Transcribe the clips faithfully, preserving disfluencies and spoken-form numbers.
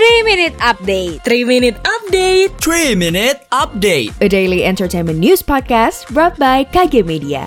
three minute update. three minute update. three minute update. A daily entertainment news podcast brought by K G Media.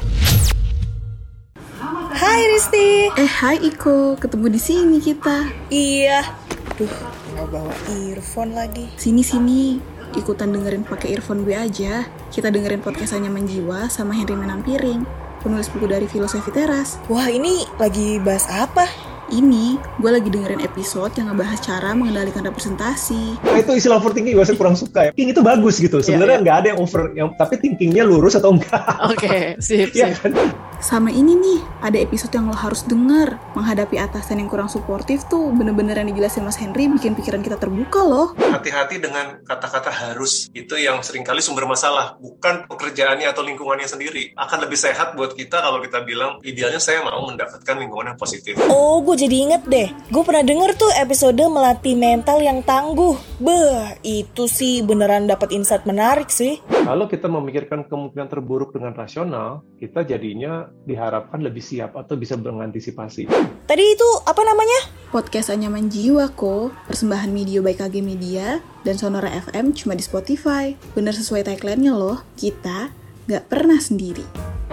Hai Risti. Eh hai Iko, ketemu di sini kita. Iya. Duh, nggak bawa earphone lagi. Sini-sini, ikutan dengerin pakai earphone gue aja. Kita dengerin podcast Anyaman Jiwa sama Henry Menampiring, penulis buku dari Filosofi Teras. Wah, ini lagi bahas apa? Ini, gue lagi dengerin episode yang ngebahas cara mengendalikan representasi. Nah, itu istilah overthinking gue kurang suka ya. Thinking itu bagus gitu. Sebenarnya nggak yeah, yeah. ada yang over, yang, tapi thinkingnya lurus atau enggak. Oke, okay, sip, ya, sip. Kan? Sama ini nih, ada episode yang lo harus denger. Menghadapi atasan yang kurang suportif tuh bener-bener yang dijelasin Mas Henry bikin pikiran kita terbuka loh. Hati-hati dengan kata-kata harus. Itu yang seringkali sumber masalah. Bukan pekerjaannya atau lingkungannya sendiri. Akan lebih sehat buat kita kalau kita bilang, idealnya saya mau mendapatkan lingkungan yang positif. Oh, gue jadi inget deh. Gue pernah denger tuh episode melatih mental yang tangguh. Beuh, itu sih beneran dapat insight menarik sih. Kalau kita memikirkan kemungkinan terburuk dengan rasional, kita jadinya diharapkan lebih siap atau bisa mengantisipasi. Tadi itu apa namanya? Podcast Anyaman Jiwa kok, persembahan Media by K G Media dan Sonora F M cuma di Spotify. Bener sesuai tagline-nya loh, kita gak pernah sendiri.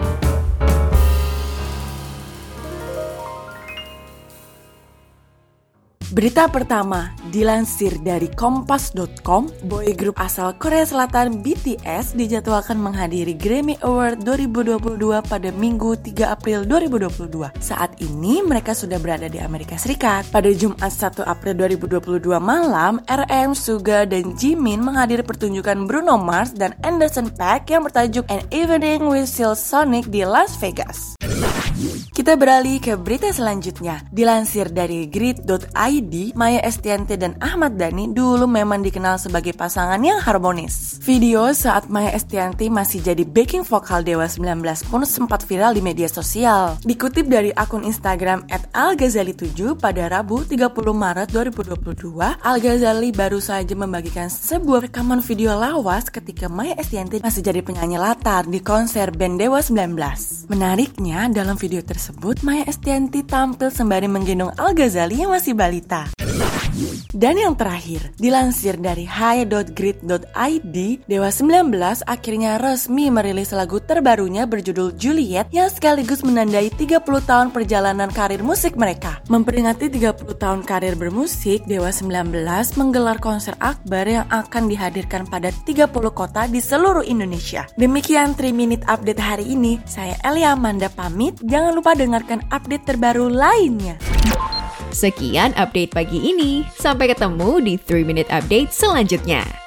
Berita pertama, dilansir dari kompas dot com, boy group asal Korea Selatan B T S dijadwalkan menghadiri Grammy Award dua ribu dua puluh dua pada Minggu tiga April dua ribu dua puluh dua. Saat ini mereka sudah berada di Amerika Serikat. Pada Jumat satu April dua ribu dua puluh dua malam, R M, Suga, dan Jimin menghadiri pertunjukan Bruno Mars dan Anderson .Paak yang bertajuk An Evening with Silk Sonic di Las Vegas. Kita beralih ke berita selanjutnya. Dilansir dari grid dot i d, Maya Estianty dan Ahmad Dhani dulu memang dikenal sebagai pasangan yang harmonis. Video saat Maya Estianty masih jadi backing vokal Dewa sembilan belas pun sempat viral di media sosial. Dikutip dari akun Instagram at al ghazali tujuh pada Rabu tiga puluh Maret dua ribu dua puluh dua, Al-Ghazali baru saja membagikan sebuah rekaman video lawas ketika Maya Estianty masih jadi penyanyi latar di konser band Dewa sembilan belas. Menariknya, dalam video tersebut, Maya Estianty tampil sembari menggendong Al-Ghazali yang masih balita. Dan yang terakhir, dilansir dari hi dot grid dot i d, Dewa sembilan belas akhirnya resmi merilis lagu terbarunya berjudul Juliet yang sekaligus menandai tiga puluh tahun perjalanan karir musik mereka. Memperingati tiga puluh tahun karir bermusik, Dewa sembilan belas menggelar konser akbar yang akan dihadirkan pada tiga puluh kota di seluruh Indonesia. Demikian three minute update hari ini. Saya Elia Amanda pamit. Jangan lupa dengarkan update terbaru lainnya. Sekian update pagi ini. Sampai ketemu di three minute update selanjutnya.